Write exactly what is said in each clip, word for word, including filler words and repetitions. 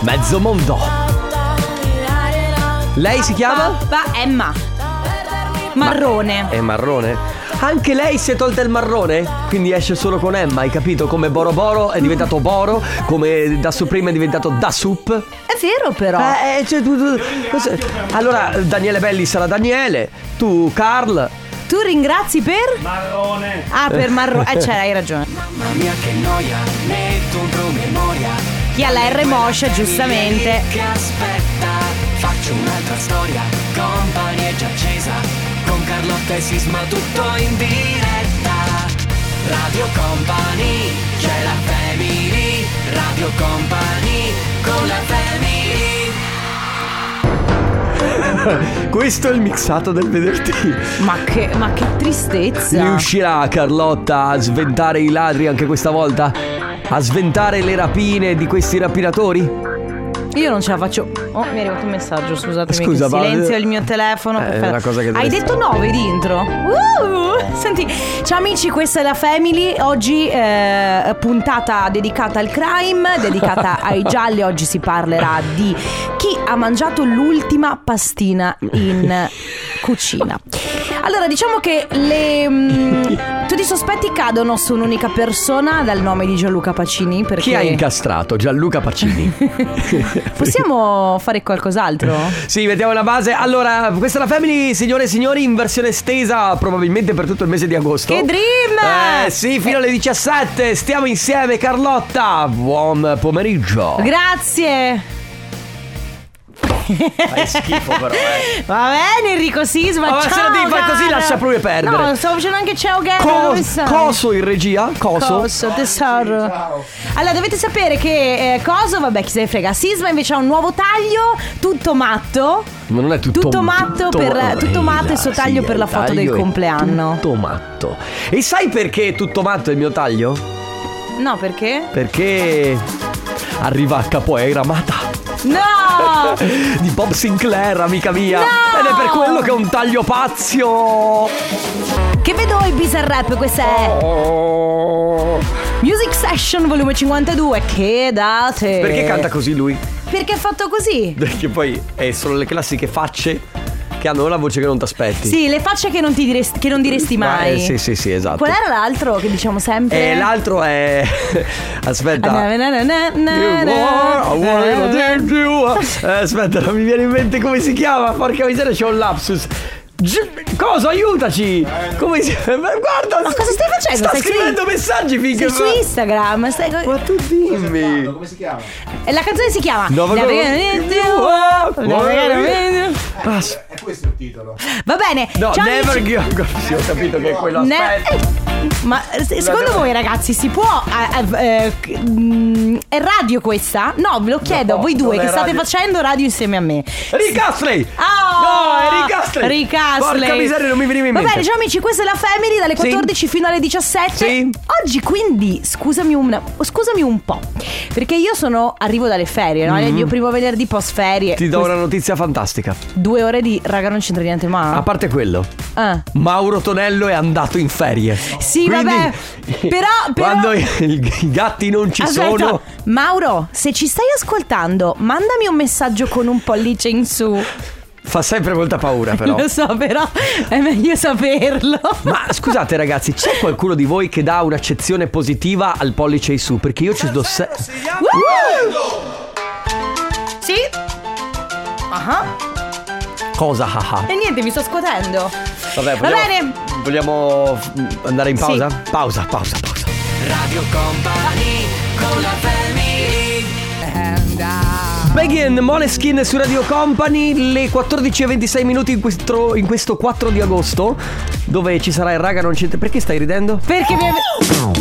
Mezzo mondo. Lei si chiama? Papà Emma. Marrone. Ma è marrone? Anche lei si è tolta il marrone? Quindi esce solo con Emma, hai capito? Come Boro Boro è diventato Boro, come Da Supreme è diventato Da Sup. È vero però. Eh, cioè, tu, tu, allora Daniele Belli sarà Daniele, tu Carl. Tu ringrazi per? Marrone. Ah, per marrone. Eh, c'è, hai ragione. Mamma mia che noia, metto un promemoria. Chi ha la R moscia, giustamente. Che aspetta, faccio un'altra storia. Company è già accesa. Con Carlotta e Sisma tutto in diretta. Radio Company, c'è la family. Radio Company, con la family. Questo è il mixato del venerdì. Ma che, ma che tristezza. Riuscirà Carlotta a sventare i ladri anche questa volta? A sventare le rapine di questi rapinatori? Io non ce la faccio. Oh, mi è arrivato un messaggio, scusatemi. Scusa, che ma- silenzio il mio telefono. Eh, Perfetto. è una cosa che Hai dovresti- detto nove di intro? Uh, senti, ciao amici, questa è la Family. Oggi eh, puntata dedicata al crime, dedicata ai gialli. Oggi si parlerà di chi ha mangiato l'ultima pastina in cucina. Allora, diciamo che le mh, tutti i sospetti cadono su un'unica persona dal nome di Gianluca Pacini. Perché Chi ha incastrato? Gianluca Pacini. possiamo fare qualcos'altro? Sì, mettiamo una base. Allora, questa è la Family, signore e signori, in versione estesa probabilmente per tutto il mese di agosto. Che dream! Eh sì, fino alle diciassette. Stiamo insieme, Carlotta. Buon pomeriggio. Grazie. Fai schifo però, eh. Va bene, Enrico Sisma. Ma ciao, se lo devi fare così, cara. lascia proprio perdere. No, stavo facendo anche ciao Gary. Cos- Coso in regia? Coso? Coso, tesoro. Allora, dovete sapere che eh, Coso, vabbè, chi se ne frega. Sisma invece ha un nuovo taglio, tutto matto. Ma non è tutto, Tutto matto per- tutto matto il suo taglio sì, per la il foto del taglio è compleanno. Tutto matto. E sai perché è tutto matto il mio taglio? No, perché? Perché arriva a Capoeira Amata No! di Bob Sinclair, amica mia. No! Ed è per quello che è un taglio pazio. Che vedo il Bizarrap, questa è Oh. Music Session volume cinquantadue. Che date. Perché canta così lui? Perché è fatto così? Perché poi è solo le classiche facce che hanno la voce che non ti aspetti. Sì, le facce che non ti diresti, che non diresti mai. Eh, sì, sì, sì, esatto. Qual era l'altro che diciamo sempre? E l'altro è aspetta. Na, na, na, na, na, na. Eh, aspetta, non mi viene in mente come si chiama. Porca miseria, c'ho un lapsus. G- Cosa? Aiutaci! Come si... Ma guarda! Ma cosa stai facendo? Sta Stai scrivendo su- messaggi finché Sei su Instagram. Stai... Ma tu dimmi. Come si chiama? E la canzone si chiama Nova- Ah, s- È questo il titolo. Va bene. No, ciao never amici. give up. Sì, ho capito che è quello. Ne- Aspetta. Ma se- secondo voi ragazzi si può eh, eh, eh, mm, è radio questa? No, ve lo chiedo, No, voi due non che è state radio. facendo radio insieme a me. Rick Astley! Oh, No, è Rick Astley! Rick Astley. Porca miseria, non mi veniva in Va mente. bene, ciao amici, questa è la Family dalle quattordici fino alle diciassette. Sì. Oggi quindi, scusami un, scusami un po', perché io sono arrivo dalle ferie, no? È il mio primo venerdì post ferie. Ti do una notizia fantastica. Due ore di raga non c'entra niente ma. A parte quello, Ah. Mauro Tonello è andato in ferie. Sì, Quindi, vabbè. Però, però quando i, i gatti non ci Aspetta, sono, Mauro, se ci stai ascoltando, mandami un messaggio con un pollice in su. fa sempre molta paura però. Lo so, però è meglio saperlo. Ma scusate ragazzi, c'è qualcuno di voi che dà un'accezione positiva al pollice in su? Perché io ci do se- Sì? Ah. Cosa? haha? E niente, mi sto scuotendo. Vabbè, Va vogliamo, bene. vogliamo f- andare in pausa? Sì. Pausa, pausa, pausa. Radio Company, con la family. Peggy and Måneskin su Radio Company, le quattordici e ventisei minuti in questo, in questo quattro di agosto, dove ci sarà il raga non c'entra. Perché stai ridendo? Perché mi è uh!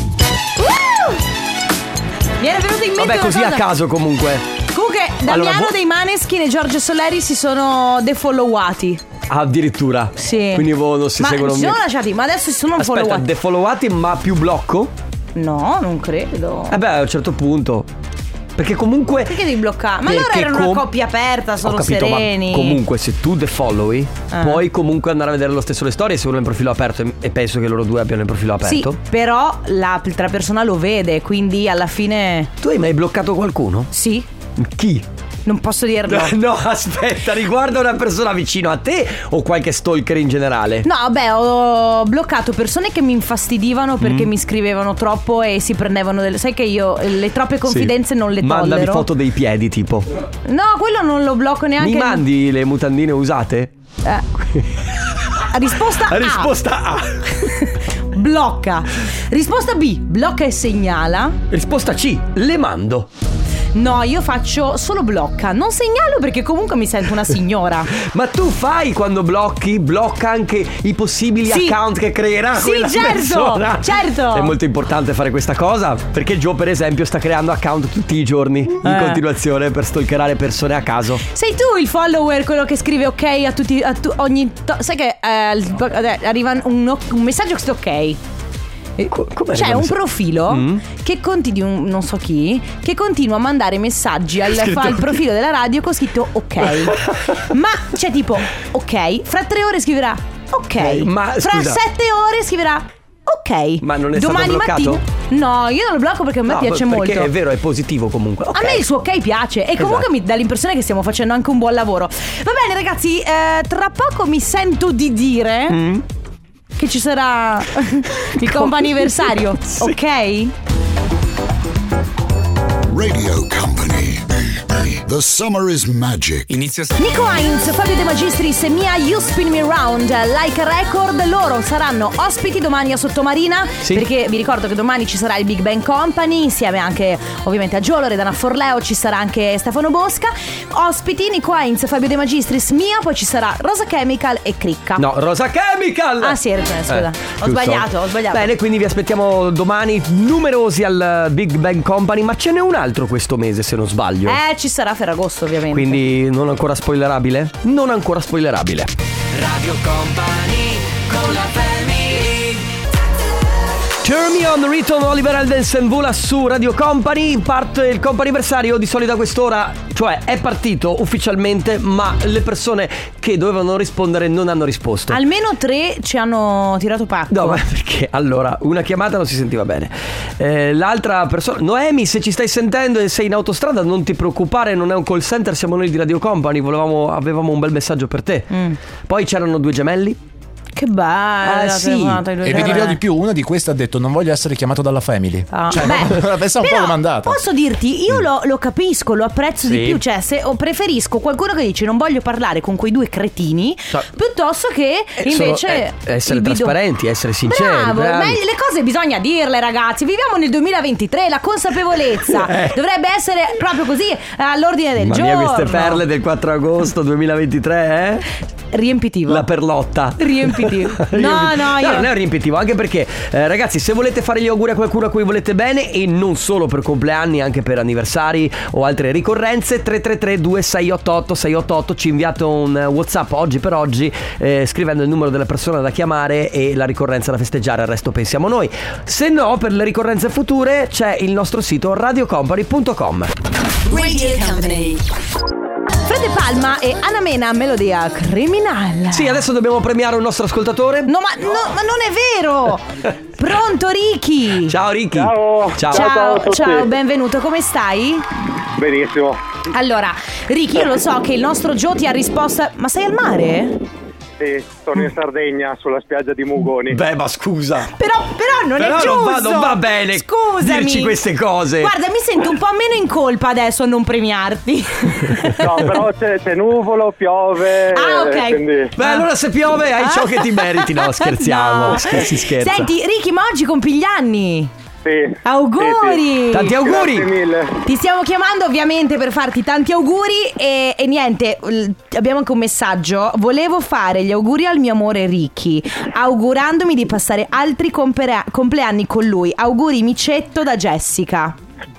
Mi era venuto in mente Vabbè, una così cosa. a caso comunque. Comunque Damiano Allora, vo- dei Maneskin e Giorgio Soleri si sono defollowati. Addirittura. Sì. Quindi voi non si ma seguono si mi- sono lasciati, ma adesso si sono Aspetta, followati. defollowati ma più blocco? No, non credo. Eh beh, a un certo punto. Perché comunque Perché devi bloccare? Ma perché loro erano com- una coppia aperta, sono Ho capito, sereni. ma comunque se tu defollowi Ah. puoi comunque andare a vedere lo stesso le storie se uno è in profilo aperto e- e penso che loro due abbiano il profilo Sì, aperto. però l'altra persona lo vede, quindi alla fine Tu hai mai bloccato qualcuno? sì. Chi? Non posso dirlo. No, aspetta, riguarda una persona vicino a te o qualche stalker in generale? No, vabbè, ho bloccato persone che mi infastidivano perché mm. mi scrivevano troppo e si prendevano delle... Sai che io le troppe confidenze sì. non le tollero. Mandami foto dei piedi tipo. No, quello non lo blocco neanche. Mi mandi le mutandine usate? Eh. Risposta A. Risposta A. Blocca. Risposta B. Blocca e segnala. Risposta C. Le mando. No, io faccio solo blocca. Non segnalo perché comunque mi sento una signora. Ma tu fai quando blocchi, blocca anche i possibili sì. account che creerà sì, quella certo, persona. certo. È molto importante fare questa cosa perché Gio per esempio sta creando account tutti i giorni in eh. continuazione per stalkerare persone a caso. Sei tu il follower, quello che scrive ok a tutti, a tu, ogni to- sai che eh, arriva un, un messaggio che sta ok. Co- C'è un profilo mm. che conti di un non so chi che continua a mandare messaggi al, fa, al profilo della radio con scritto ok. Ma c'è tipo ok, fra tre ore scriverà ok, eh, ma, fra scusa. sette ore scriverà ok. Ma non è domani stato bloccato? Mattina, no, io non lo blocco perché a me no, piace perché molto. Perché è vero, è positivo comunque okay. A me il suo ok piace. E comunque esatto. mi dà l'impressione che stiamo facendo anche un buon lavoro. Va bene ragazzi, eh, tra poco mi sento di dire mm. che ci sarà il comp'anniversario, sì. ok? Radio Company. The summer is magic. Inizio Nico Heinz, Fabio De Magistris e Mia You Spin Me Round, Like a Record. Loro saranno ospiti domani a Sottomarina sì. perché vi ricordo che domani ci sarà il Big Bang Company insieme anche ovviamente a Gio, Loredana Forleo, ci sarà anche Stefano Bosca. Ospiti Nico Heinz, Fabio De Magistris, Mia, poi ci sarà Rosa Chemical e Cricca. No, Rosa Chemical! Ah sì, scusa, eh, ho sbagliato, ho sbagliato. Bene, quindi vi aspettiamo domani numerosi al Big Bang Company, ma ce n'è un altro questo mese se non sbaglio. Eh, ci sarà Ferragosto ovviamente. Quindi non ancora spoilerabile? Non ancora spoilerabile. Radio Company con la family. Turn Me On, Riton, Oliver Eldensen vola su Radio Company. Parte il comp'anniversario di solito a quest'ora, cioè è partito ufficialmente, ma le persone che dovevano rispondere non hanno risposto. Almeno tre ci hanno tirato pacco. No, ma perché allora una chiamata non si sentiva bene. Eh, l'altra persona, Noemi, se ci stai sentendo e sei in autostrada, non ti preoccupare, non è un call center, siamo noi di Radio Company. Volevamo, avevamo un bel messaggio per te. Mm. Poi c'erano due gemelli. Che bello, eh, sì. E vi dirò di più, una di queste ha detto non voglio essere chiamato dalla family. Ah. Cioè, beh, la pensa un po' comandata. Posso dirti, io lo, lo capisco, lo apprezzo sì. di più. Cioè, se o preferisco qualcuno che dice non voglio parlare con quei due cretini, cioè, piuttosto che invece eh, essere il trasparenti, essere sinceri. Bravo, bravi. ma le cose bisogna dirle, ragazzi. Viviamo nel duemilaventitré, la consapevolezza eh. dovrebbe essere proprio così all'ordine del ma giorno. Ma queste perle del quattro agosto duemilaventitré, eh? Riempitivo. La perlotta. Riempitivo. No, no, io no, non è riempitivo, anche perché eh, ragazzi, se volete fare gli auguri a qualcuno a cui volete bene, e non solo per compleanni, anche per anniversari o altre ricorrenze, tre tre tre due sei otto otto sei otto otto, ci inviate un WhatsApp oggi per oggi eh, scrivendo il numero della persona da chiamare e la ricorrenza da festeggiare, al resto pensiamo noi. Se no, per le ricorrenze future c'è il nostro sito radio company punto com. Radio Company. Fred De Palma e Anna Mena, melodia criminale. Sì, adesso dobbiamo premiare un nostro ascoltatore. No, ma, no, ma non è vero. Pronto, Ricky? Ciao, Ricky. Ciao. Ciao, ciao, ciao a tutti. Ciao, benvenuto, come stai? Benissimo. Allora, Ricky, io lo so che il nostro Gio ti ha risposto. Ma sei al mare? Sì, sono in Sardegna, sulla spiaggia di Mugoni. Beh, ma scusa. Però, però non però è giusto. Non va, non va bene. Scusami. Dirci queste cose. Guarda, mi sento un po' meno in colpa adesso a non premiarti. No, però c'è, c'è nuvolo, piove. Ah, ok. Quindi... Beh, allora se piove hai ciò che ti meriti. No, scherziamo. No. Si scherza. Senti, Ricky, ma oggi compi gli anni. Sì. Auguri! Sì, sì. Tanti auguri! Grazie mille. Ti stiamo chiamando ovviamente per farti tanti auguri e, e niente, abbiamo anche un messaggio. Volevo fare gli auguri al mio amore Ricky, augurandomi di passare altri compere- compleanni con lui. Auguri micetto da Jessica.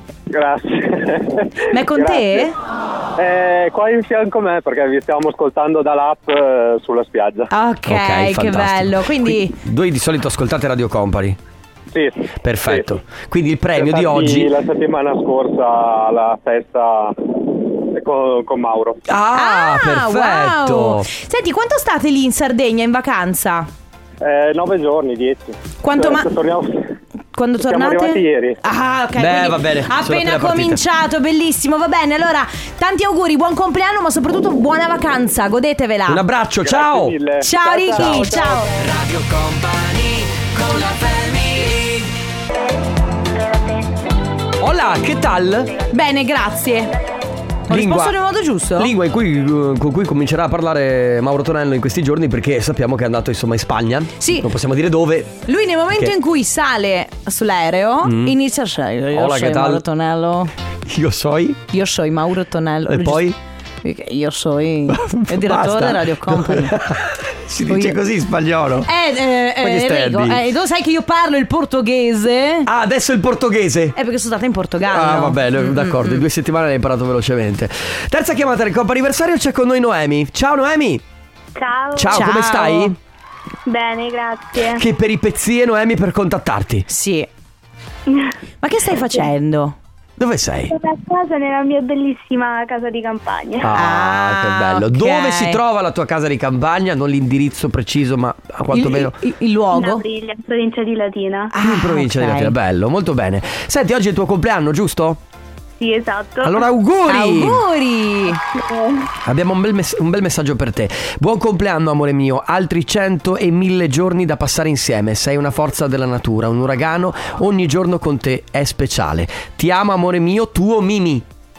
Grazie. Ma è con Grazie. te? Eh, qua in fianco a me, perché vi stiamo ascoltando dall'app eh, sulla spiaggia. Ok, okay, che bello. Quindi voi di solito ascoltate Radio Company? Sì. Perfetto. Sì. Quindi il premio di oggi. La settimana scorsa alla festa con, con Mauro. Ah, ah perfetto. Wow. Senti, quanto state lì in Sardegna in vacanza? Eh, nove giorni, dieci. Quanto cioè, ma- torniamo... Quando Siamo tornate? arrivati ieri. Ah, ok. Beh, quindi va bene, sono appena appena partite. cominciato, bellissimo. Va bene, allora, tanti auguri, buon compleanno, ma soprattutto buona vacanza. Godetevela. Un abbraccio, Grazie ciao. mille. Ciao, Ricky, ciao. ciao. Radio Company con la family. Hola, che tal? Bene, grazie. Ho risposto nel modo giusto? Lingua in cui, eh, con cui comincerà a parlare Mauro Tonello in questi giorni, perché sappiamo che è andato insomma in Spagna. Sì. Non possiamo dire dove. Lui nel momento Che- in cui sale sull'aereo inizia a scegliere. Io Hola, sono che tal? Mauro Tonello. Io soi. Io sono Mauro Tonello. E poi? Io sono il direttore Basta. della Radio Company. Si dice così in spagnolo. Eh, eh, Ma che eh, stai a Enrico, dire? eh, tu sai che io parlo il portoghese? Ah, adesso il portoghese. Eh, perché sono stata in Portogallo. Ah, va bene, d'accordo. In due settimane l'hai imparato velocemente. Terza chiamata del Coppa Anniversario, c'è con noi Noemi. Ciao Noemi. Ciao. Ciao, Ciao. come stai? Bene, grazie. Che peripezie Noemi per contattarti? Sì. Ma che stai facendo? Dove sei? Sono a casa nella mia bellissima casa di campagna. Ah, Ah, che bello. ok. Dove si trova la tua casa di campagna? Non l'indirizzo preciso, ma a quanto il, meno il, il In luogo? Aprilia, provincia di Latina. in provincia ok. di Latina. Bello, molto bene. Senti, oggi è il tuo compleanno, giusto? Sì, esatto. Allora auguri! Auguri! Abbiamo un bel, mess- un bel messaggio per te. Buon compleanno, amore mio. Altri cento e mille giorni da passare insieme. Sei una forza della natura, un uragano. Ogni giorno con te è speciale. Ti amo, amore mio, tuo Mimi.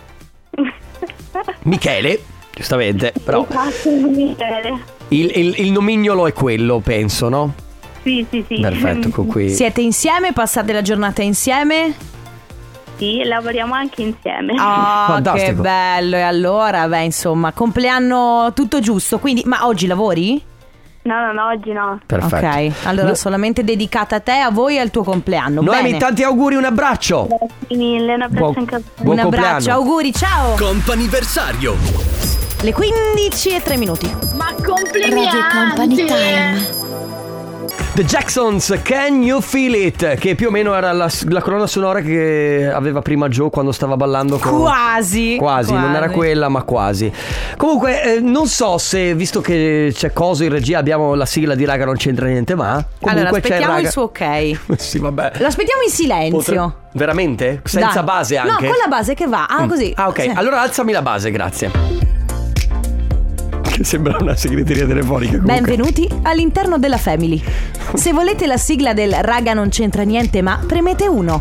Michele, giustamente, però Esatto, Michele. il, il, il nomignolo è quello, penso, no? Sì, sì, sì. Perfetto, con cui... Siete insieme? Passate la giornata insieme? Sì, lavoriamo anche insieme. Oh, Fantastico. che bello. E allora, beh, insomma, compleanno tutto giusto. Quindi, ma oggi lavori? No, no, no, oggi no. Perfetto. Ok, allora No- solamente dedicata a te, a voi e al tuo compleanno. Noemi, Bene. tanti auguri, un abbraccio. Grazie mille, un abbraccio Buon- anche a te. buon Un abbraccio, compleanno. auguri, ciao. Comp'anniversario. Le quindici e tre minuti. Ma complimenti! Radio Company Time. The Jacksons, Can You Feel It? Che più o meno era la, la colonna sonora che aveva prima Joe quando stava ballando con... Quasi. Quasi, non era quella ma quasi. Comunque eh, non so se, visto che c'è coso in regia, abbiamo la sigla di Raga non c'entra niente ma. Comunque Allora, c'è aspettiamo Raga... il suo ok. Sì, vabbè. Lo aspettiamo in silenzio. Potre- Veramente? Senza Dai. base anche? No, con la base che va. Ah, così. Ah, ok, Sì. allora alzami la base, grazie. Che sembra una segreteria telefonica comunque. Benvenuti all'interno della Family. Se volete la sigla del Raga non c'entra niente ma, premete uno.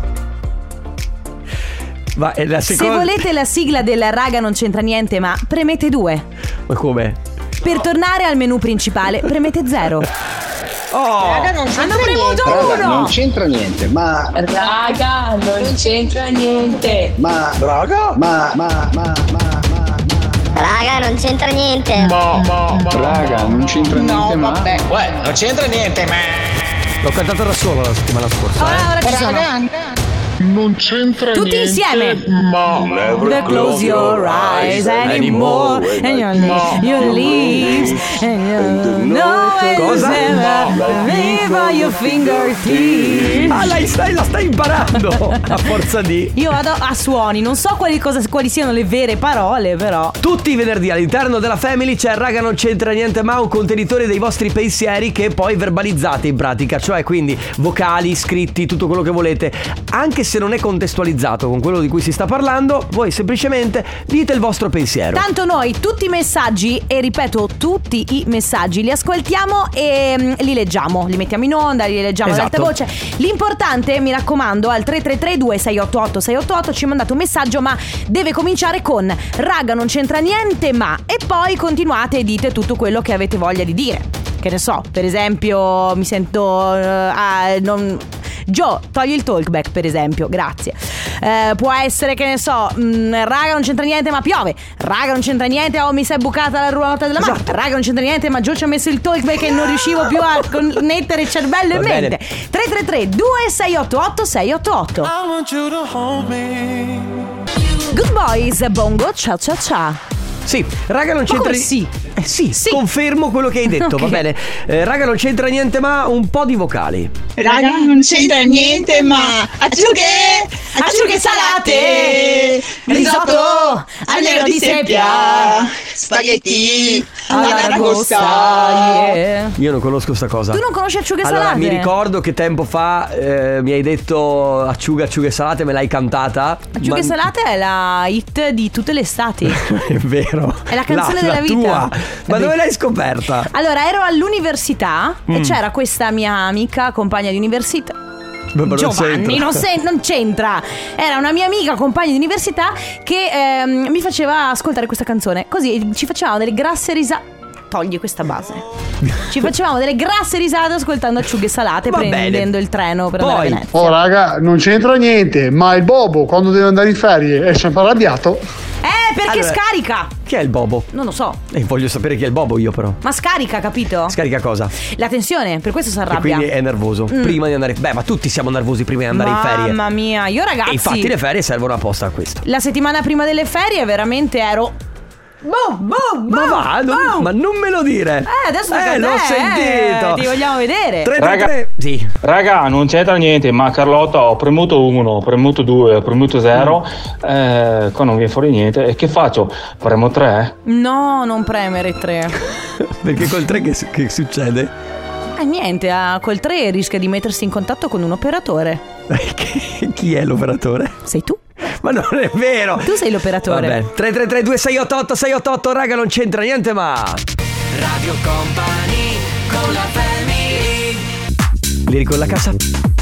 Ma è la Se seconda... volete la sigla del Raga non c'entra niente ma, premete due. Ma come? Per tornare al menu principale, premete zero. Oh! Hanno premuto Raga, non uno. c'entra niente, ma Raga, non c'entra niente. ma raga, ma ma ma ma Raga, non c'entra niente. raga, non c'entra niente, ma Uè, non c'entra niente, ma. L'ho cantata da solo la settimana scorsa. Ora, ora ci sono. non c'entra Tutti insieme. The close your eyes anymore and your, your lips and your nose. Cosa? Viva your fingertips. Ah, lei stai, la stai imparando a forza di... Io vado a suoni, non so quali, cosa, quali siano le vere parole, però. Tutti i venerdì all'interno della Family c'è Raga non c'entra niente ma, un contenitore dei vostri pensieri che poi verbalizzate in pratica. Cioè quindi vocali, scritti, tutto quello che volete. Anche se non è contestualizzato con quello di cui si sta parlando, voi semplicemente dite il vostro pensiero. Tanto noi tutti i messaggi, e ripeto tutti i messaggi, li ascoltiamo e mm, li leggiamo, li mettiamo in onda, li leggiamo ad alta Esatto. voce. L'importante, mi raccomando, al tre tre tre due sei otto otto sei otto otto ci mandate un messaggio, ma deve cominciare con Raga non c'entra niente ma, e poi continuate e dite tutto quello che avete voglia di dire. Che ne so, per esempio mi sento eh, ah, non... Joe, togli il talkback per esempio, grazie. eh, Può essere, che ne so, mh, raga non c'entra niente ma piove. Raga non c'entra niente, oh mi si è bucata la ruota della macchina. Esatto. Raga non c'entra niente ma Joe ci ha messo il talkback e non riuscivo più a connettere il cervello in Va bene. mente. Tre tre tre due sei otto otto sei otto otto. Good Boys, Bongo, cia cia cia. Sì, raga non c'entra come sì? Eh sì, Sì. confermo quello che hai detto, Ok. va bene. eh, Raga non c'entra niente ma, un po' di vocali. Raga, non c'entra niente, ma acciughe, acciughe salate, risotto al nero di seppia, spaghetti alla ragosta, yeah. Io non conosco sta cosa. Tu non conosci acciughe Allora, salate? mi ricordo che tempo fa eh, mi hai detto acciuga, acciughe salate, me l'hai cantata. Acciughe ma... salate è la hit di tutte le estati. È vero. È la canzone la, della la vita. Tua. Ma È dove vero. l'hai scoperta? Allora, ero all'università Mm. e c'era questa mia amica, compagna di università. Ma non Giovanni, c'entra. non, se- non c'entra. Era una mia amica, compagna di università, che ehm, mi faceva ascoltare questa canzone. Così ci facevamo delle grasse risate. Togli questa base. Ci facevamo delle grasse risate ascoltando acciughe salate, Va prendendo bene. il treno per Poi- andare a Venezia. Oh raga, non c'entra niente, ma il Bobo quando deve andare in ferie è sempre arrabbiato. Eh, perché Allora- scarica? Chi è il Bobo? Non lo so. E voglio sapere chi è il Bobo io però. Ma scarica, capito? Scarica cosa? La tensione, per questo si E arrabbia. quindi è nervoso. Mm. Prima di andare. Beh, ma tutti siamo nervosi prima di andare in ferie. Mamma mia, io ragazzi, E infatti le ferie servono apposta a questo. la settimana prima delle ferie veramente ero boh, boh, boh, Ma va, non- boh. ma non me lo dire. Eh, adesso tocca a Eh, l'ho te, sentito. eh, ti vogliamo vedere. tre tre Raga- tre Sì. Raga, non c'entra niente, ma Carlotta ho premuto uno, ho premuto due, ho premuto zero, eh, qua non viene fuori niente. E che faccio? Premo tre? No, non premere tre. Perché col tre che, che succede? Eh niente, ah, col tre rischia di mettersi in contatto con un operatore. Che- Chi è l'operatore? Sei tu? Ma non è vero. Tu sei l'operatore. Vabbè. tre tre tre due sei otto otto sei otto otto, raga, non c'entra niente, ma Radio Company con la family. Lirico alla cassa.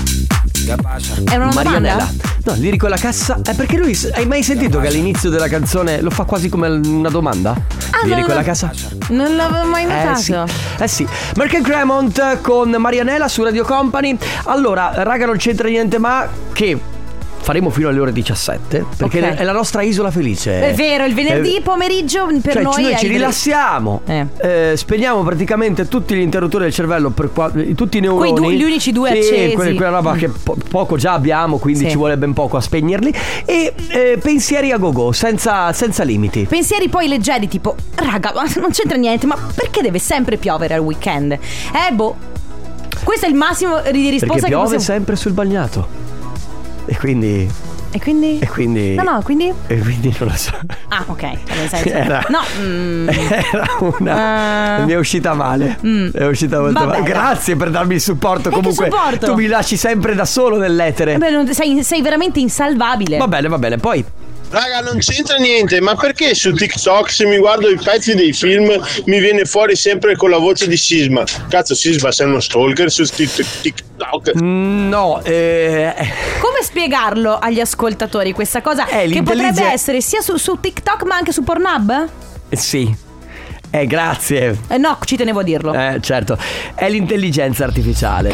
È una Marianella. domanda? No, lirico alla cassa. È perché lui. Hai mai sentito che all'inizio della canzone lo fa quasi come una domanda? Ah, lirico non- alla cassa. Non l'avevo mai notato. Eh sì, eh sì. Mark and Cremont con Marianella su Radio Company. Allora, raga, non c'entra niente, ma che faremo fino alle ore diciassette, perché Ok. è la nostra isola felice. È vero, il venerdì Eh, pomeriggio per cioè, noi noi è ci il- rilassiamo, Eh. eh, spegniamo praticamente tutti gli interruttori del cervello, per qua- tutti i neuroni. Quei due- gli unici due Sì, accesi. quella, quella roba che po- poco già abbiamo, quindi Sì. ci vuole ben poco a spegnerli. E eh, pensieri a go-go, senza, senza limiti. Pensieri poi leggeri tipo raga, ma non c'entra niente, ma perché deve sempre piovere al weekend? Eh boh. Questo è il massimo di risposta Perché che piove possiamo... sempre sul bagnato. E quindi. E quindi? E quindi. No, no, quindi? E quindi non lo so. Ah, ok, nel senso... Era- No, mm, Era una. Eh. Mi è uscita male. Mm. È uscita molto Vabbè, male. dai. Grazie per darmi il supporto. E che Comunque, supporto? tu mi lasci sempre da solo nell'etere. beh, non- sei, sei veramente insalvabile. Va bene, va bene. Poi. Raga, non c'entra niente, ma perché su TikTok se mi guardo i pezzi dei film mi viene fuori sempre con la voce di Sisma? Cazzo, Sisma, sei uno stalker su Tik- TikTok? No, eh. Come spiegarlo agli ascoltatori questa cosa? Eh, che l'intelligenza- potrebbe essere sia su, su TikTok ma anche su Pornhub? eh, Sì. Eh, grazie. Eh, no, ci tenevo a dirlo. Eh, certo. È l'intelligenza artificiale.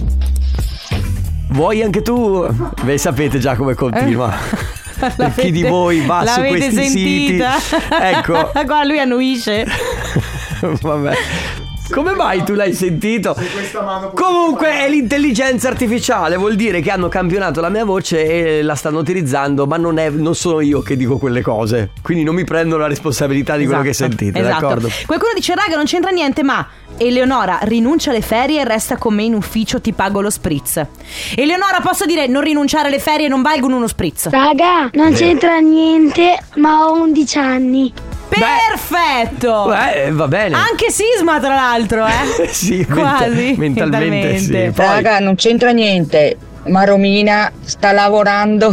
Vuoi anche tu? Beh, sapete già come continua. Per chi di voi va su l'avete questi sentita? siti. Ecco. Qua lui annuisce. Vabbè. Come mai tu l'hai sentito? Comunque è l'intelligenza artificiale, vuol dire che hanno campionato la mia voce e la stanno utilizzando, ma non, è, non sono io che dico quelle cose. Quindi non mi prendo la responsabilità di quello che sentite, Esatto. d'accordo? Qualcuno dice raga non c'entra niente ma Eleonora rinuncia alle ferie e resta con me in ufficio, ti pago lo spritz. Eleonora, posso dire non rinunciare alle ferie non valgono uno spritz. Raga, non c'entra niente, ma ho undici anni. Perfetto. Beh, va bene. Anche Sisma tra l'altro eh Sì, quasi mentalmente sì. mentalmente. Poi- Raga, non c'entra niente, ma Romina sta lavorando.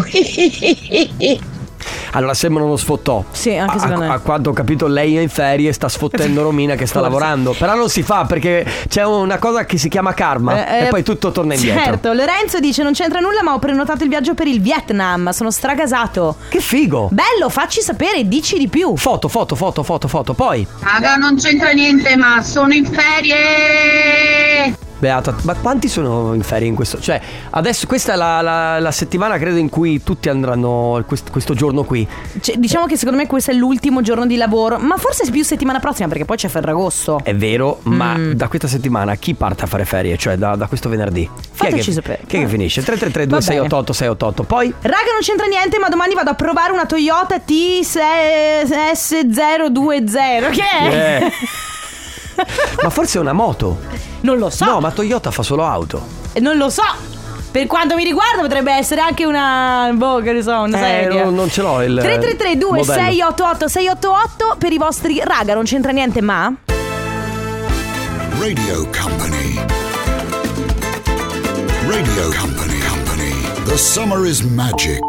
Allora sembra uno sfottò. Sì, anche a, secondo me. a quanto ho capito lei è in ferie e sta sfottendo Romina che sta Forse. lavorando. Però non si fa perché c'è una cosa che si chiama karma Eh, e eh, poi tutto torna indietro. Certo, Lorenzo dice non c'entra nulla ma ho prenotato il viaggio per il Vietnam, sono stragasato. Che figo. Bello, facci sapere, dici di più. Foto, foto, foto, foto, foto. Poi Raga, non c'entra niente, ma sono in ferie. Beata, ma quanti sono in ferie in questo? Cioè, adesso questa è la, la, la settimana credo in cui tutti andranno questo, questo giorno qui. Cioè, diciamo che secondo me questo è l'ultimo giorno di lavoro, ma forse è più settimana prossima perché poi c'è Ferragosto. È vero, ma Mm. da questa settimana chi parte a fare ferie? Cioè da, da questo venerdì? Chi è Fateci che, sapere. Chi è che finisce? tre tre tre due Va sei bene. otto otto sei otto otto. Poi Raga, non c'entra niente, ma domani vado a provare una Toyota T S zero due zero. Che è? Eh. Ma forse è una moto. Non lo so. No, ma Toyota fa solo auto. Non lo so. per quanto mi riguarda potrebbe essere anche una, boh, che ne so, una Eh, sedia. non, non ce l'ho il tre tre tre due sei otto otto sei otto otto per i vostri raga, non c'entra niente ma Radio Company. Radio Company. Company. The summer is magic.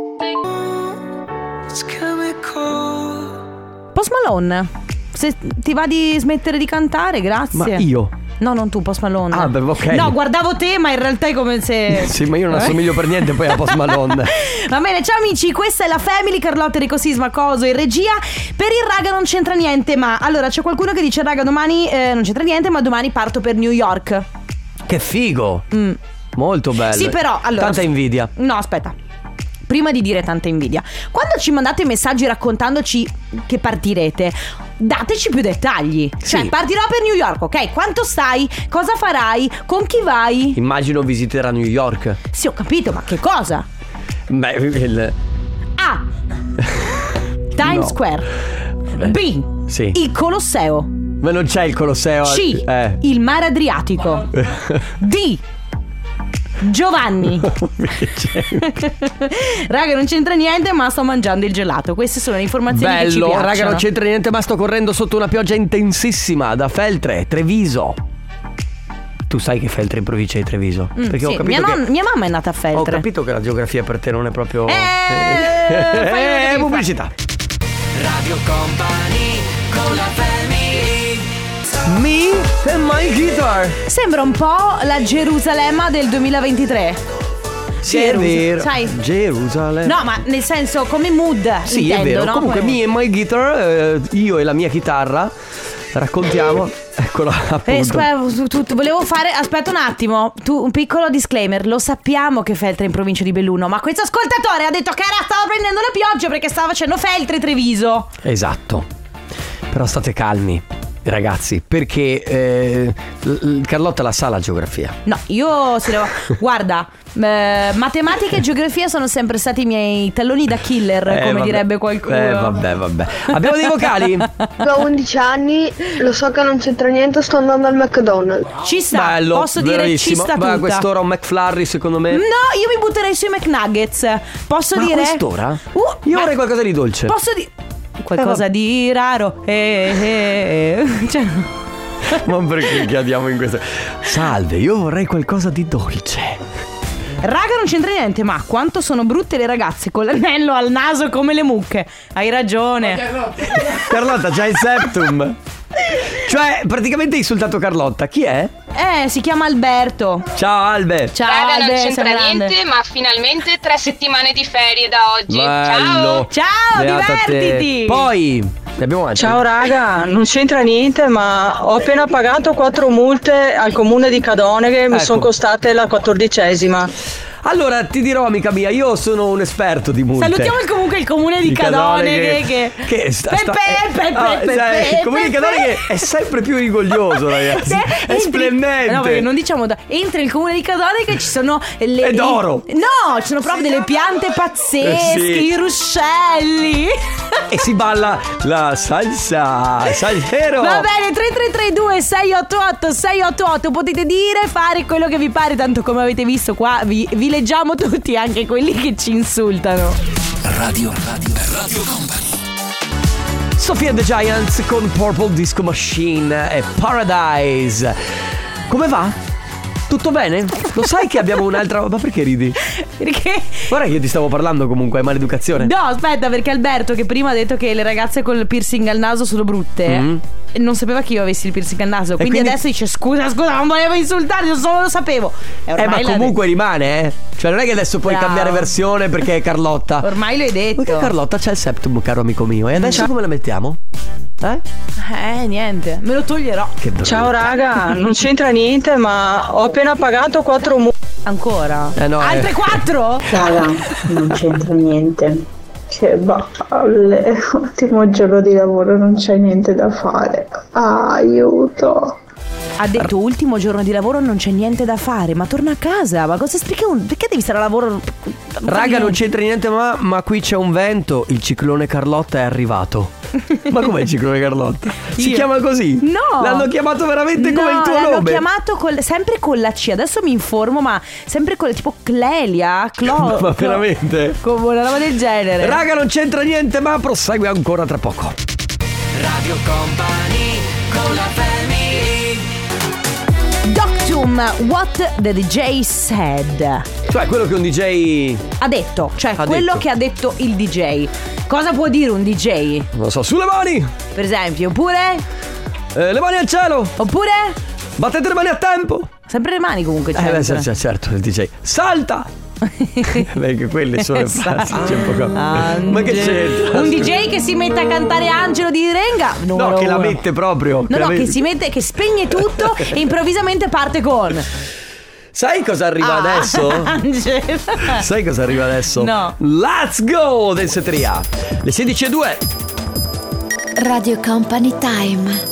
Post Malone, se ti va di smettere di cantare, grazie. Ma io? No, non tu, Post Malone. Ah, beh, ok. No, guardavo te, ma in realtà è come se... Sì, ma io non assomiglio per niente poi a Post Malone. Va bene, ciao amici, questa è la Family, Carlotta, Enrico Sisma, Coso in regia. Per il raga non c'entra niente, ma allora c'è qualcuno che dice raga domani eh, non c'entra niente, ma domani parto per New York. Che figo. Mm. Molto bello. Sì, però allora, tanta invidia. No, aspetta. Prima di dire tanta invidia, quando ci mandate messaggi raccontandoci che partirete, dateci più dettagli. Cioè, Sì. partirò per New York, ok? Quanto stai? Cosa farai? Con chi vai? Immagino visiterà New York. Sì, ho capito, ma che cosa? Beh, il... A. Times No. Square. Beh, B. sì. Il Colosseo. Ma non c'è il Colosseo. C. Eh. Il mare Adriatico. D. Giovanni. Raga, non c'entra niente, ma sto mangiando il gelato. Queste sono le informazioni che ci Bello, piacciono. raga, non c'entra niente, ma sto correndo sotto una pioggia intensissima da Feltre, Treviso. Tu sai che Feltre è in provincia di Treviso? Mm, Perché sì, ho capito mia, che non- mia mamma è nata a ho Feltre. capito che la geografia per te non è proprio Eh, fai quello che eh, devi pubblicità. Radio Company con la Family. Me and my guitar. Sembra un po' la Gerusalemme del duemilaventitré. Sì, Gerus- è vero. sai? Gerusalemme. No, ma nel senso come mood. Sì, intendo, è vero. no? Comunque, Come- me and my guitar, eh, io e la mia chitarra raccontiamo. Eccola, appunto. Eh, aspetta, tu- tu- tu- volevo fare. Aspetta un attimo. Tu, un piccolo disclaimer. Lo sappiamo che Feltre è in provincia di Belluno, ma questo ascoltatore ha detto che era, stava prendendo la pioggia perché stava facendo Feltre Treviso. Esatto. Però state calmi, ragazzi, perché eh, l- l- Carlotta la sa la geografia. No, io se devo. Guarda, eh, matematica e geografia sono sempre stati i miei talloni da killer, Eh, come vabbè. direbbe qualcuno. Eh, vabbè, vabbè. Abbiamo dei vocali? Ho undici anni, lo so che non c'entra niente, sto andando al McDonald's. Ci sta, Bello, posso dire ci bravissimo. sta Ma a tutta. quest'ora un McFlurry secondo me. No, io mi butterei sui McNuggets. Posso Ma a dire? quest'ora? Uh, Io ma- vorrei qualcosa di dolce. Posso dire qualcosa di raro? Eh, eh, eh. Cioè, Ma perché chiediamo in questa? Salve, io vorrei qualcosa di dolce. raga, non c'entra niente, ma quanto sono brutte le ragazze con l'anello al naso come le mucche. Hai ragione. Carlotta, c'hai il septum. Cioè, praticamente hai insultato Carlotta. Chi è? Eh, si chiama Alberto. Ciao Albe. Ciao Raga, Albe, non sei c'entra grande. niente, ma finalmente tre settimane di ferie da oggi. Bello. Ciao! Ciao, Beata a te. divertiti. Poi ne abbiamo altri. Ciao raga, non c'entra niente, ma ho appena pagato quattro multe al comune di Cadone che mi Ecco. sono costate la quattordicesima. Allora ti dirò, amica mia, io sono un esperto di multe. Salutiamo il- comunque il comune di, Di Cadone, Cadone che, che- che, che sta- sta- Pepe, Pepe, Ah, Pepe, sai, il comune di Pepe. Cadone che è sempre più rigoglioso, ragazzi. Se È entri- splendente. No, perché non diciamo da- entra il comune di Cadone che ci sono le È d'oro. i- No, ci sono proprio delle piante pazzesche, Eh sì. i ruscelli. E si balla la salsa salsero. Va bene, tre tre tre due sei otto otto sei otto otto. Potete dire, fare quello che vi pare. Tanto come avete visto qua vi, vi leggiamo tutti, anche quelli che ci insultano. Radio, radio, radio Company. Sofia and the Giants con Purple Disco Machine e Paradise. Come va? Tutto bene? Lo sai che abbiamo un'altra... Ma perché ridi? Perché? Guarda che io ti stavo parlando comunque, è maleducazione. No, aspetta, perché Alberto, che prima ha detto che le ragazze col piercing al naso sono brutte, Mhm. non sapeva che io avessi il piercing al naso. Quindi, quindi- adesso dice: scusa, scusa, non volevo insultarti, io solo lo sapevo. E Eh, ormai ma l'ha comunque rimane, eh. Cioè non è che adesso puoi Bravo. cambiare versione perché è Carlotta. detto. Ormai l'hai detto. Perché Carlotta c'ha il septum, caro amico mio. E adesso come la mettiamo? Eh? Eh, niente, me lo toglierò. Che brutto. Ciao raga, non c'entra niente, ma ho appena pagato quattro multe. Ancora? Eh no, Altre eh. quattro? Raga, non c'entra niente. Che balle, ultimo giorno di lavoro, non c'è niente da fare. Aiuto. Ha detto ultimo giorno di lavoro, non c'è niente da fare, ma torna a casa. Ma cosa perché, perché devi stare a lavoro? Raga, non c'entra niente, ma, ma qui c'è un vento. Il ciclone Carlotta è arrivato. Ma com'è il ciclone Carlotta? Si Io- chiama così? No. L'hanno chiamato veramente come No, il tuo l'hanno nome. chiamato col- sempre con la C. Adesso mi informo, ma sempre con tipo Clelia, Clo. Ma veramente? Come una roba del genere. Raga, non c'entra niente, ma prosegue ancora tra poco. Radio Company con la family. Doctum, what the D J said. Cioè quello che un D J Ha detto, cioè Ha quello detto. che ha detto il D J. Cosa può dire un D J? non lo so, sulle mani, Per esempio, oppure? eh, le mani al cielo, Oppure? battete le mani a tempo. Sempre le mani comunque. Eh beh, sempre. sì, certo, il D J salta. Perché quelle sono le frasi, c'è un po'. Ma che c'entra? Un D J che si mette a cantare Angelo di Renga. No, numero che la uno. mette proprio. No, che la no, che mette- si mette, che spegne tutto e improvvisamente parte con Sai cosa arriva Ah, adesso? Angelo. Sai cosa arriva adesso? No. Let's go del Setteria. Le sedici e due. Radio Company Time.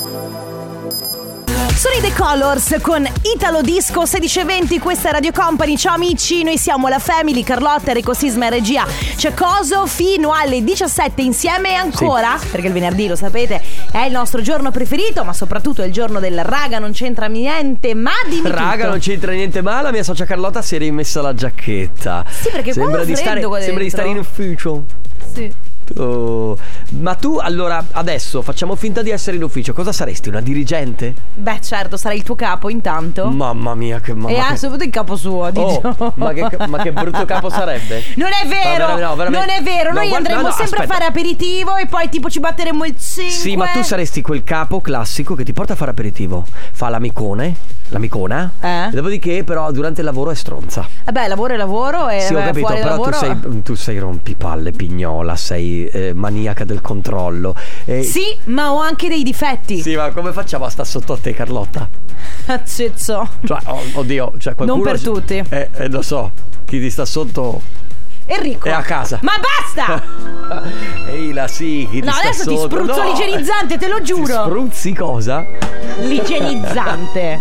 Sono i The Colors con Italo Disco sedici e venti. Questa è Radio Company. Ciao amici, noi siamo la Family, Carlotta, Enrico Sisma e regia. C'è Coso fino alle diciassette insieme ancora, Sì. perché il venerdì, lo sapete, è il nostro giorno preferito, ma soprattutto è il giorno del raga non c'entra niente, ma dimmi Raga, tutto. non c'entra niente male. La mia socia Carlotta si è rimessa la giacchetta. Sì, perché qua sembra fa di freddo stare, qua sembra di dentro. stare in ufficio. Sì. Oh. Ma tu allora adesso facciamo finta di essere in ufficio. Cosa saresti? Una dirigente? Beh, certo, sarai il tuo capo intanto. Mamma mia, che mamma e ha che... soprattutto il capo suo, dice. Oh, ma, che, ma che brutto capo sarebbe? Non è vero, No, vera- no, veramente- non è vero. No, Noi guarda- andremo no, no, sempre aspetta. a fare aperitivo e poi tipo ci batteremo il cinque. Sì, ma tu saresti quel capo classico che ti porta a fare aperitivo. Fa l'amicone, l'amicona. Eh? E dopodiché però durante il lavoro è stronza. Vabbè, lavoro è lavoro e Sì, ho beh, capito, fuori però lavoro. tu sei, tu sei rompipalle, pignola, sei eh, maniaca del controllo. E- Sì, ma ho anche dei difetti. Sì, ma come facciamo a stare sotto a te, Carlotta? Cazzo. Cioè, oh, oddio, cioè qualcuno... Non per tutti. Eh, eh, lo so, chi ti sta sotto Enrico. è a casa. Ma basta! Ehi là, sì, chi ti No, sta adesso ti sotto? spruzzo No. l'igienizzante, te lo Ti giuro. spruzzi cosa? L'igienizzante.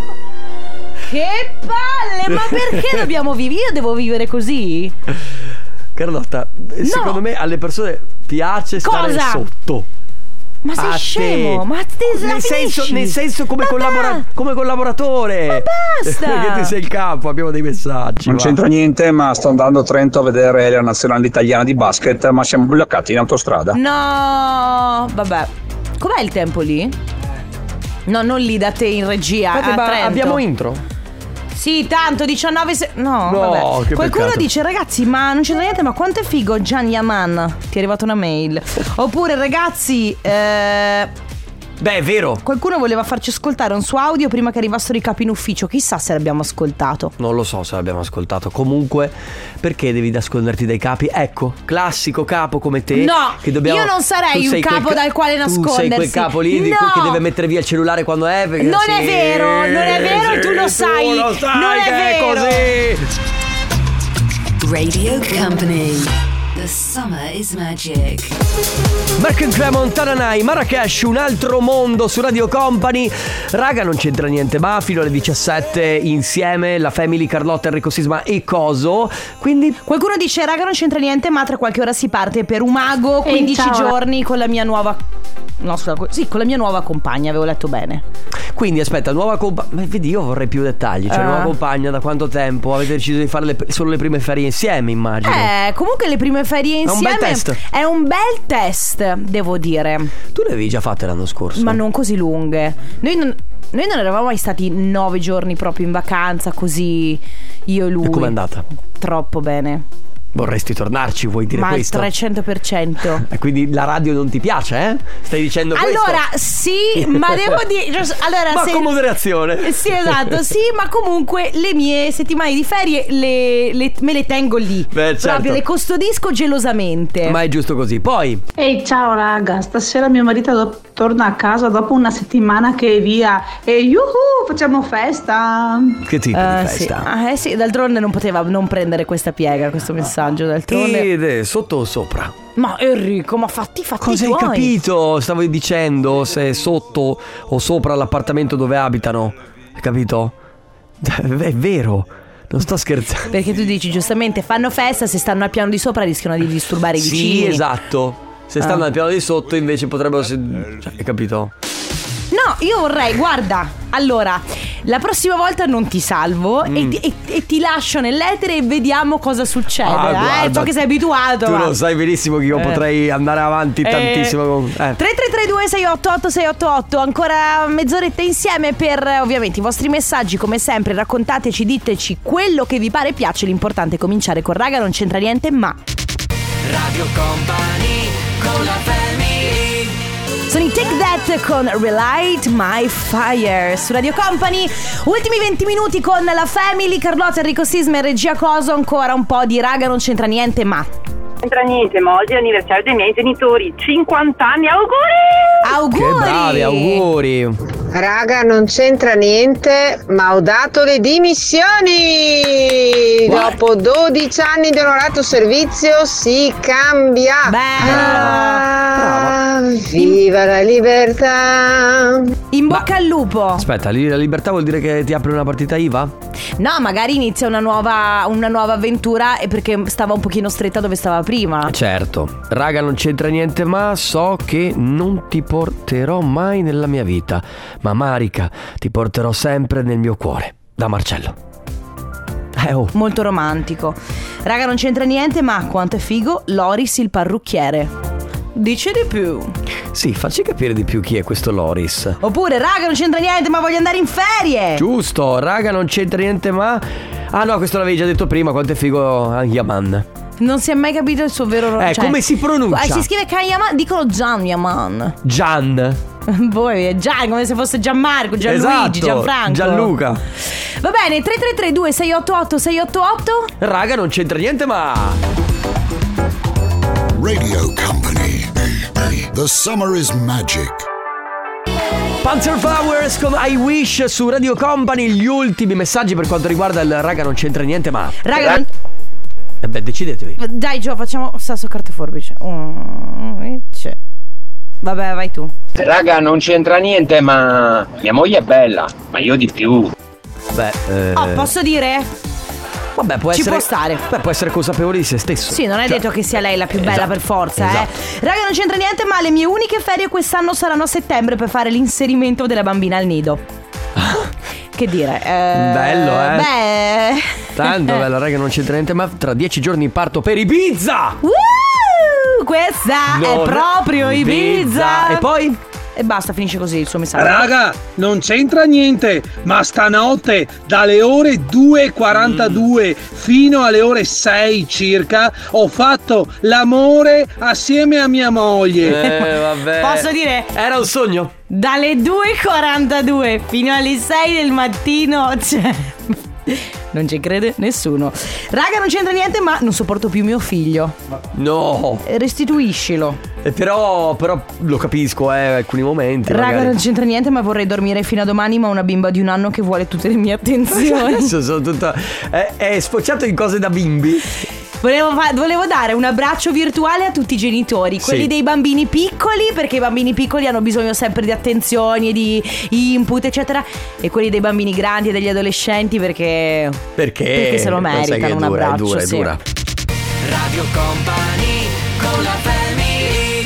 Che palle, ma perché dobbiamo vivere? Io devo vivere così? Carlotta, No. secondo me alle persone piace stare Cosa? sotto. Ma sei A te. scemo? Ma te la nel senso, finisci? nel senso come, Ma collabora- va. come collaboratore. Ma basta. Perché tu sei il capo, abbiamo dei messaggi. Non va. c'entra niente, ma sto andando a Trento a vedere la nazionale italiana di basket, ma siamo bloccati in autostrada. No, vabbè. Com'è il tempo lì? No, non lì da te in regia. Aspetta, a ma Trento. abbiamo intro? Sì, tanto, diciannove se... No, No, vabbè. che Qualcuno peccato. dice, ragazzi, ma non c'è niente, ma quanto è figo Gian Yaman? Ti è arrivata una mail. Oppure, ragazzi, eh... Beh, è vero. qualcuno voleva farci ascoltare un suo audio prima che arrivassero i capi in ufficio. Chissà se l'abbiamo ascoltato. Non lo so se l'abbiamo ascoltato. Comunque, perché devi nasconderti dai capi? Ecco, classico capo come te. No, che dobbiamo... io non sarei tu un sei quel capo dal quale Tu sei nascondersi. quel capo lì di No. cui che deve mettere via il cellulare quando è. Perché Non sì, è vero, non è vero, e tu lo sì, sai. Tu lo sai Non è che vero. è così. Radio Company. The summer is magic. Mark Cremon, Tananai, Marrakesh, un altro mondo su Radio Company. Raga, non c'entra niente, ma fino alle diciassette insieme la Family, Carlotta, Enrico Sisma e Coso. Quindi Qualcuno dice, raga, non c'entra niente, ma tra qualche ora si parte per Umago, Ehi, quindici ciao. giorni con la mia nuova... No, scusa, co- sì, con la mia nuova compagna, avevo letto bene. Quindi aspetta, nuova compagna. Ma vedi, io vorrei più dettagli. Cioè, Eh. nuova compagna, da quanto tempo? Avete deciso di fare le- solo le prime ferie insieme, immagino. Eh, comunque le prime ferie un insieme bel test. È un bel test, devo dire. Tu le avevi già fatte l'anno scorso. Ma non così lunghe. Noi non, noi non eravamo mai stati nove giorni proprio in vacanza, così io e lui. E com'è andata? Troppo bene. Vorresti tornarci, vuoi dire Ma al questo? trecento per cento. E quindi la radio non ti piace, eh? Stai dicendo questo? Allora, sì, ma devo dire. cioè, Allora, Ma se- con moderazione. Sì, esatto, sì, ma comunque le mie settimane di ferie le, le- me le tengo lì. Beh, certo. Proprio le custodisco gelosamente. Ma è giusto così. Poi Ehi, ciao raga, stasera mio marito do- torna a casa dopo una settimana che è via e yuhu, facciamo festa. che tipo Eh, di sì. festa? Ah, eh sì, d'altronde non poteva non prendere questa piega, questo messaggio, d'altronde. Ed è sotto o sopra? Ma Enrico, ma fatti fatti Cosa hai tuoi. capito? Stavi dicendo se è sotto o sopra l'appartamento dove abitano. capito? È vero, non sto scherzando. Perché tu dici giustamente fanno festa, se stanno al piano di sopra rischiano di disturbare i vicini. Sì, esatto. Se stanno Ah. al piano di sotto invece potrebbero, cioè, hai capito? No, io vorrei, guarda, allora, la prossima volta non ti salvo Mm. e, ti, e- e ti lascio nell'etere e vediamo cosa succede. Ah, eh, guarda, so che sei abituato. Tu ma- lo sai benissimo che io Eh. potrei andare avanti Eh. tantissimo con... eh. tre tre tre due sei otto otto sei otto otto. Ancora mezz'oretta insieme per eh, ovviamente i vostri messaggi. Come sempre raccontateci, diteci quello che vi pare e piace. L'importante è cominciare con raga non c'entra niente ma. Radio Company con la family. Sono i Take That con Relight My Fire su Radio Company. Ultimi venti minuti con la family. Carlotta, Enrico Sisma e regia Coso. Ancora un po' di raga non c'entra niente ma. C'entra niente, ma oggi è l'anniversario dei miei genitori, cinquanta anni, auguri! Auguri! Che bravi, auguri. Raga, non c'entra niente, ma ho dato le dimissioni! Dopo dodici anni di onorato servizio si cambia! Ah, viva la libertà! In bocca al lupo! Aspetta, lì la libertà vuol dire che ti apri una partita I V A? No, magari inizia una nuova, una nuova avventura e perché stava un pochino stretta dove stava prima. Certo. Raga non c'entra niente ma so che non ti porterò mai nella mia vita, ma Marica ti porterò sempre nel mio cuore. Da Marcello. Eh oh. Molto romantico. Raga non c'entra niente ma quanto è figo Loris il parrucchiere. Dice di più. Sì, facci capire di più chi è questo Loris. Oppure raga non c'entra niente ma voglio andare in ferie. Giusto, raga non c'entra niente ma... Ah no, questo l'avevi già detto prima, quanto è figo Yaman. Non si è mai capito il suo vero nome. Eh, come si pronuncia? Eh, si scrive Kanyaman, dicono Gian Yaman. Gian. Voi è Gian, come se fosse Gianmarco, Gianluigi, Esatto, Gianfranco. Gianluca. Va bene, tre tre tre due sei otto otto sei otto otto. Raga non c'entra niente ma... Radio Company. The summer is magic. Panzer Flowers con I Wish su Radio Company. Gli ultimi messaggi per quanto riguarda il raga non c'entra niente ma... Raga non... Eh beh, decidetevi. Dai Gio, facciamo sasso carta e forbice. Mm, c'è. Vabbè, vai tu. Raga, non c'entra niente, ma mia moglie è bella, ma io di più. Beh, eh... Oh, posso dire? Vabbè, può Ci essere... può stare. Beh, può essere consapevole di se stesso. Sì, non è Cioè, detto che sia lei la più bella esatto, per forza, esatto. eh. Raga, non c'entra niente, ma le mie uniche ferie quest'anno saranno a settembre per fare l'inserimento della bambina al nido. Che dire? Eh, Bello, eh? Beh... Tanto bello, raga, non c'entra niente ma tra dieci giorni parto per Ibiza. Uh, questa Non è proprio Ibiza. Ibiza. E poi? E basta, finisce così il suo messaggio. Raga, non c'entra niente, ma stanotte dalle ore due e quarantadue fino alle ore sei circa ho fatto l'amore assieme a mia moglie. Eh, vabbè. Posso dire? Era un sogno. Dalle due e quarantadue fino alle sei del mattino, cioè... Non ci crede nessuno. Raga, non c'entra niente, ma non sopporto più mio figlio. No. Restituiscilo. Eh, però, però lo capisco, eh, alcuni momenti. Raga, magari. non c'entra niente, ma vorrei dormire fino a domani. Ma ho una bimba di un anno che vuole tutte le mie attenzioni. Adesso sono tutta... È, è sfociato in cose da bimbi. Volevo, fa- volevo dare un abbraccio virtuale a tutti i genitori, quelli Sì. dei bambini piccoli, perché i bambini piccoli hanno bisogno sempre di attenzioni e di input, eccetera. E quelli dei bambini grandi e degli adolescenti perché... Perché? Perché se lo Sai meritano che è un dura, abbraccio, È dura, sì. è dura. Radio Company con la family.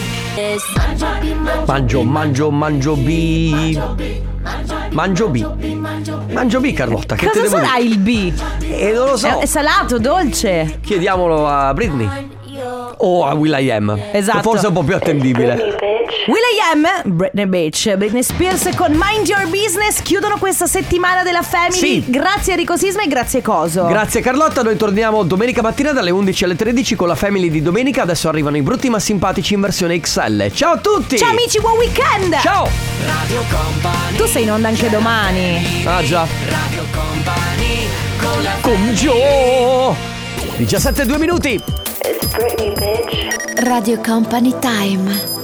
Mangio, mangio, mangio B. Mangio B. Mangio B, Carlotta. Che Cosa te devo sarà dire? il B? E non lo so. È, è salato, dolce. Chiediamolo a Britney. O a will.i.am. Esatto. Forse è un po' più attendibile. will.i.am, Britney Beach, Britney Spears con Mind Your Business chiudono questa settimana della Family. Sì. Grazie Enrico Sisma e grazie Coso. Grazie Carlotta, noi torniamo domenica mattina dalle undici alle tredici con la Family di domenica. Adesso arrivano i brutti ma simpatici in versione X L. Ciao a tutti! Ciao amici, buon weekend! Ciao! Radio Company. Tu sei in onda anche domani. Ah già. Radio Company con la Con Gio! diciassette e due minuti. Radio Company Time.